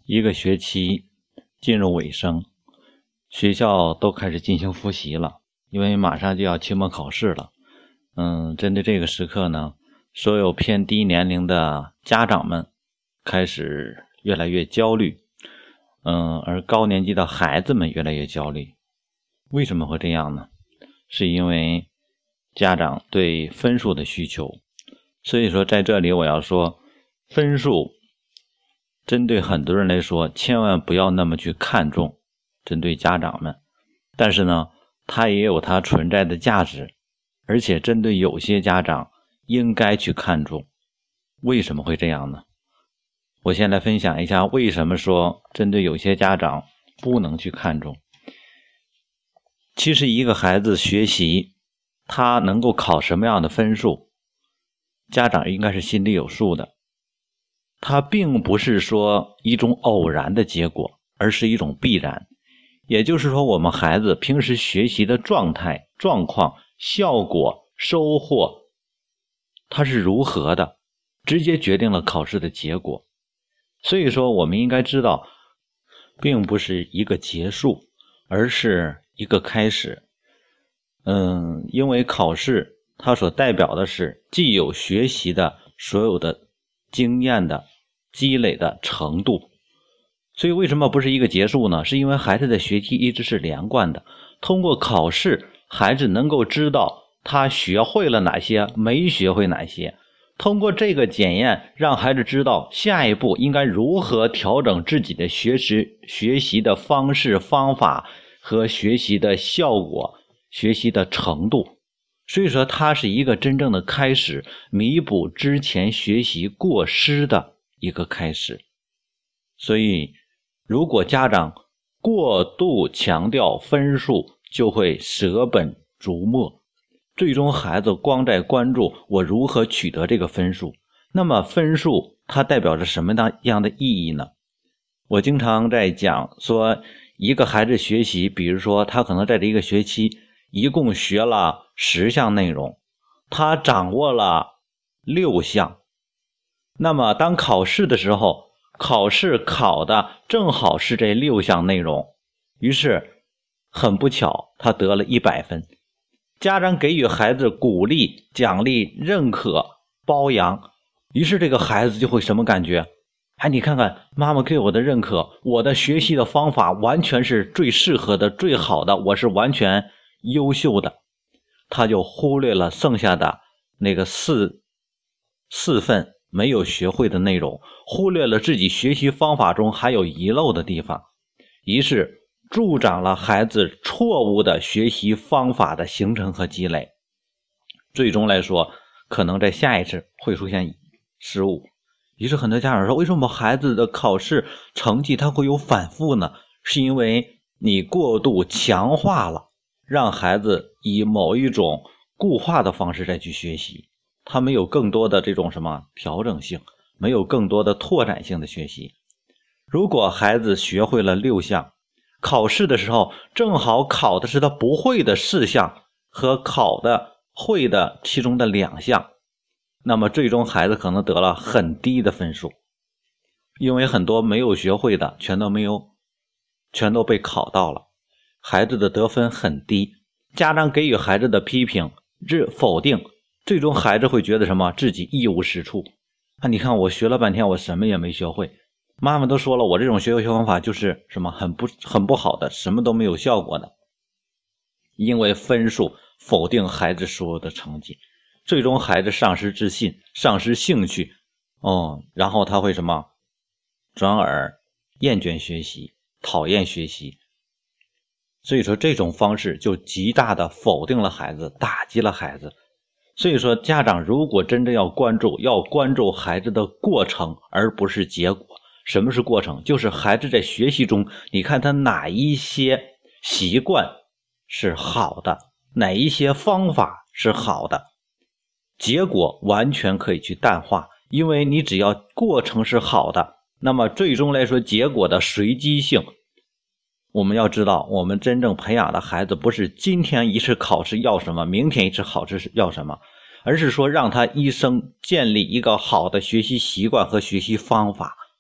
一个学期进入尾声，学校都开始进行复习了，因为马上就要期末考试了。针对这个时刻呢，所有偏低年龄的家长们开始越来越焦虑，而高年级的孩子们越来越焦虑。为什么会这样呢？是因为家长对分数的需求。所以说在这里我要说，分数针对很多人来说千万不要那么去看重，针对家长们，但是呢它也有它存在的价值，而且针对有些家长应该去看重。为什么会这样呢？我先来分享一下为什么说针对有些家长不能去看重。其实一个孩子学习他能够考什么样的分数，家长应该是心里有数的。它并不是说一种偶然的结果，而是一种必然。也就是说，我们孩子平时学习的状态、状况、效果、收获，它是如何的，直接决定了考试的结果。所以说，我们应该知道，并不是一个结束，而是一个开始。因为考试它所代表的是既有学习的所有的经验的积累的程度，所以为什么不是一个结束呢？是因为孩子的学习一直是连贯的，通过考试孩子能够知道他学会了哪些，没学会哪些，通过这个检验让孩子知道下一步应该如何调整自己的学习的方式方法和学习的效果，学习的程度。所以说它是一个真正的开始，弥补之前学习过失的一个开始。所以如果家长过度强调分数，就会舍本逐末，最终孩子光在关注我如何取得这个分数。那么分数它代表着什么样的意义呢？我经常在讲说，一个孩子学习，比如说他可能在这一个学期一共学了10项内容，他掌握了6项。那么当考试的时候，考试考的正好是这6项内容，于是很不巧他得了100分。家长给予孩子鼓励、奖励、认可、包养，于是这个孩子就会什么感觉？你看看妈妈给我的认可，我的学习的方法完全是最适合的、最好的，我是完全优秀的。他就忽略了剩下的那个四份没有学会的内容，忽略了自己学习方法中还有遗漏的地方，于是助长了孩子错误的学习方法的形成和积累，最终来说可能在下一次会出现失误。于是很多家长说，为什么孩子的考试成绩它会有反复呢？是因为你过度强化了，让孩子以某一种固化的方式再去学习，他没有更多的这种调整性，没有更多的拓展性的学习。如果孩子学会了6项，考试的时候正好考的是他不会的4项和考的会的其中的2项，那么最终孩子可能得了很低的分数，因为很多没有学会的全都被考到了，孩子的得分很低。家长给予孩子的批评、否定，最终孩子会觉得自己一无是处。你看我学了半天我什么也没学会，妈妈都说了我这种学习方法就是很不好的，什么都没有效果的。因为分数否定孩子所有的成绩，最终孩子丧失自信，丧失兴趣，然后他会转而厌倦学习，讨厌学习。所以说这种方式就极大的否定了孩子，打击了孩子。所以说家长如果真正要关注孩子的过程，而不是结果。什么是过程？就是孩子在学习中，你看他哪一些习惯是好的，哪一些方法是好的，结果完全可以去淡化。因为你只要过程是好的，那么最终来说结果的随机性，我们要知道，我们真正培养的孩子不是今天一次考试要什么，明天一次考试要什么，而是说让他一生建立一个好的学习习惯和学习方法。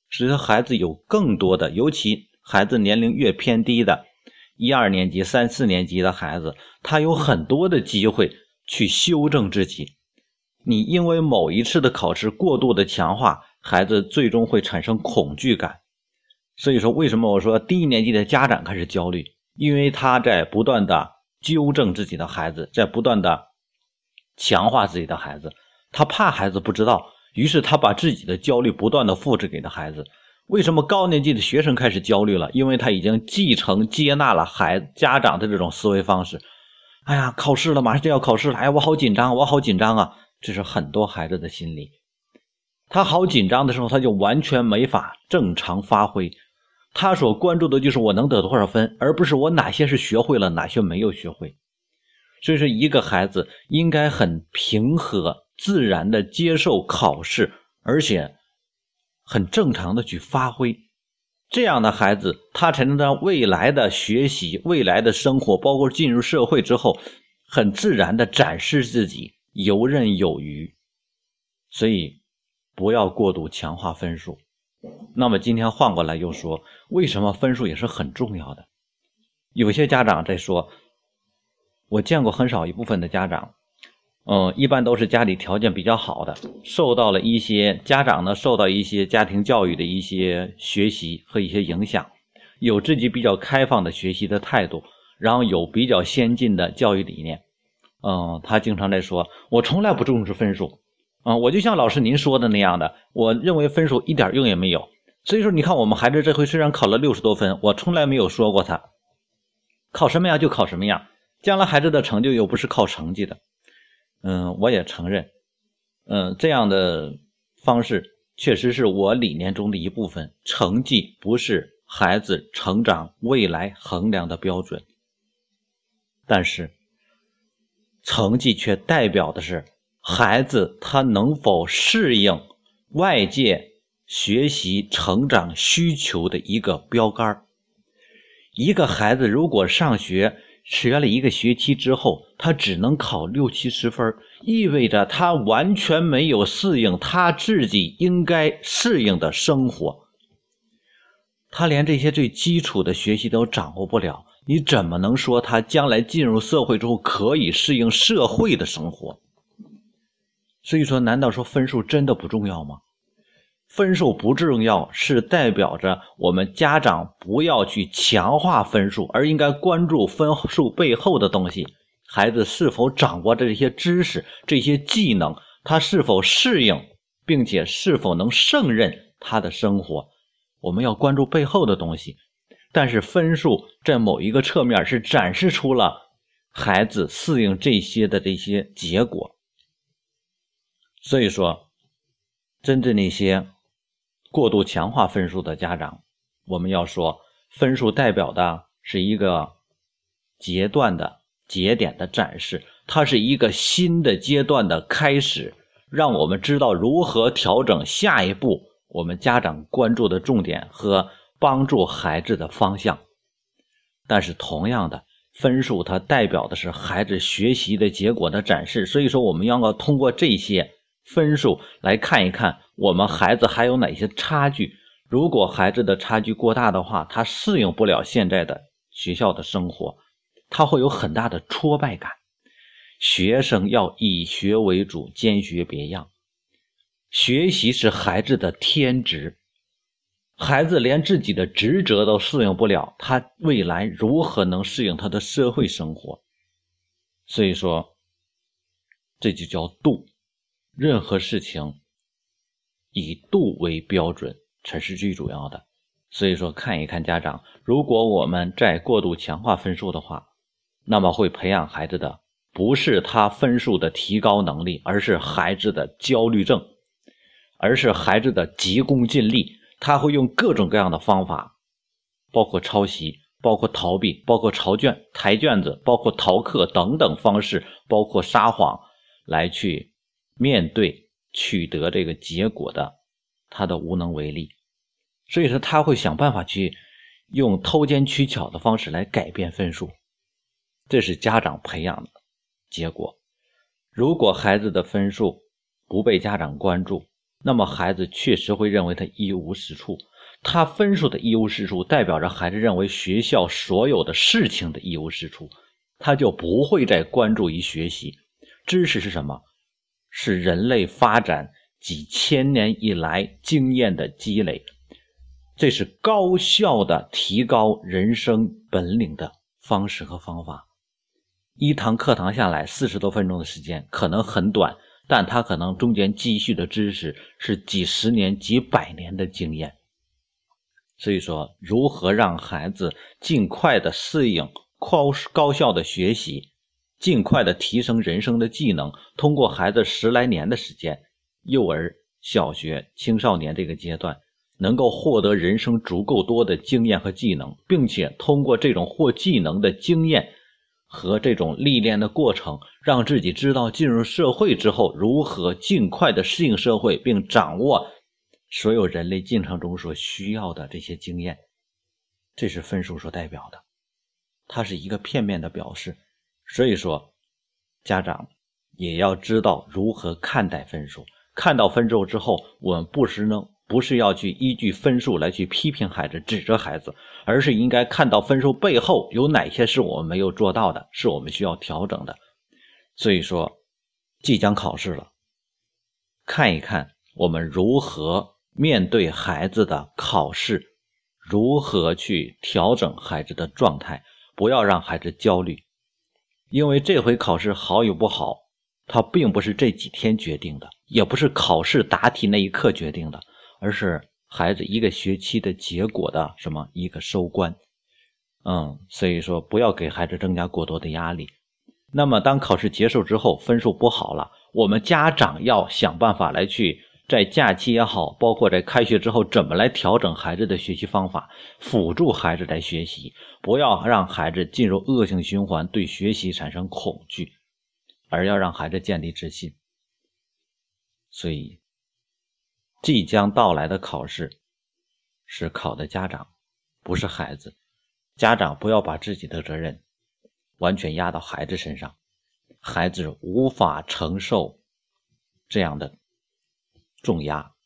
使得孩子有更多的，尤其孩子年龄越偏低的1、2年级、3、4年级的孩子，他有很多的机会去修正自己。你因为某一次的考试过度的强化，孩子最终会产生恐惧感。所以说为什么我说低年级的家长开始焦虑，因为他在不断的纠正自己的孩子，在不断的强化自己的孩子，他怕孩子不知道，于是他把自己的焦虑不断的复制给了孩子。为什么高年级的学生开始焦虑了？因为他已经继承接纳了家长的这种思维方式。哎呀，考试了，马上就要考试了，哎呀，我好紧张，我好紧张啊！这是很多孩子的心理。他好紧张的时候，他就完全没法正常发挥。他所关注的就是我能得多少分，而不是我哪些是学会了，哪些没有学会。所以说一个孩子应该很平和自然的接受考试，而且很正常的去发挥。这样的孩子他才能在未来的学习、未来的生活，包括进入社会之后，很自然的展示自己，游刃有余。所以不要过度强化分数。那么今天换过来又说，为什么分数也是很重要的？有些家长在说，我见过很少一部分的家长，一般都是家里条件比较好的，受到了一些家长呢，受到一些家庭教育的一些学习和一些影响，有自己比较开放的学习的态度，然后有比较先进的教育理念。他经常在说，我从来不重视分数。我就像老师您说的那样的，我认为分数一点用也没有。所以说你看我们孩子这回虽然考了60多分，我从来没有说过他考什么样就考什么样，将来孩子的成就又不是靠成绩的。我也承认，这样的方式确实是我理念中的一部分。成绩不是孩子成长未来衡量的标准，但是成绩却代表的是孩子他能否适应外界学习成长需求的一个标杆。一个孩子如果上学学了一个学期之后，他只能考60、70分，意味着他完全没有适应他自己应该适应的生活。他连这些最基础的学习都掌握不了，你怎么能说他将来进入社会之后可以适应社会的生活？所以说，难道说分数真的不重要吗？分数不重要是代表着我们家长不要去强化分数，而应该关注分数背后的东西。孩子是否掌握这些知识、这些技能，他是否适应，并且是否能胜任他的生活，我们要关注背后的东西。但是分数在某一个侧面是展示出了孩子适应这些的这些结果。所以说，针对那些过度强化分数的家长，我们要说，分数代表的是一个阶段的节点的展示，它是一个新的阶段的开始，让我们知道如何调整下一步我们家长关注的重点和帮助孩子的方向。但是同样的，分数它代表的是孩子学习的结果的展示，所以说我们要通过这些分数来看一看我们孩子还有哪些差距。如果孩子的差距过大的话，他适应不了现在的学校的生活，他会有很大的挫败感。学生要以学为主，兼学别样。学习是孩子的天职，孩子连自己的职责都适应不了，他未来如何能适应他的社会生活？所以说，这就叫度。任何事情以度为标准才是最主要的。所以说，看一看家长，如果我们在过度强化分数的话，那么会培养孩子的不是他分数的提高能力，而是孩子的焦虑症，而是孩子的急功近利。他会用各种各样的方法，包括抄袭，包括逃避，包括抬卷子，包括逃课等等方式，包括撒谎，来去面对取得这个结果的他的无能为力。所以说他会想办法去用偷奸取巧的方式来改变分数，这是家长培养的结果。如果孩子的分数不被家长关注，那么孩子确实会认为他一无是处， 他分数的一无是处，代表着孩子认为学校所有的事情的一无是处，他就不会再关注于学习。知识是什么？是人类发展几千年以来经验的积累，这是高效的提高人生本领的方式和方法。一堂课堂下来40多分钟的时间可能很短，但他可能中间积蓄的知识是几十年几百年的经验。所以说如何让孩子尽快的适应高效的学习，尽快的提升人生的技能，通过孩子10来年的时间，幼儿、小学、青少年这个阶段能够获得人生足够多的经验和技能，并且通过这种获技能的经验和这种历练的过程，让自己知道进入社会之后如何尽快的适应社会，并掌握所有人类进程中所需要的这些经验。这是分数所代表的，它是一个片面的表示。所以说家长也要知道如何看待分数。看到分数之后，我们不是要去依据分数来去批评孩子、指责孩子，而是应该看到分数背后有哪些是我们没有做到的，是我们需要调整的。所以说即将考试了，看一看我们如何面对孩子的考试，如何去调整孩子的状态，不要让孩子焦虑。因为这回考试好与不好，它并不是这几天决定的，也不是考试答题那一刻决定的，而是孩子一个学期的结果的一个收官。所以说不要给孩子增加过多的压力。那么当考试结束之后，分数不好了，我们家长要想办法来去在假期也好，包括在开学之后，怎么来调整孩子的学习方法，辅助孩子来学习，不要让孩子进入恶性循环，对学习产生恐惧，而要让孩子建立自信。所以即将到来的考试是考的家长，不是孩子。家长不要把自己的责任完全压到孩子身上，孩子无法承受这样的重压。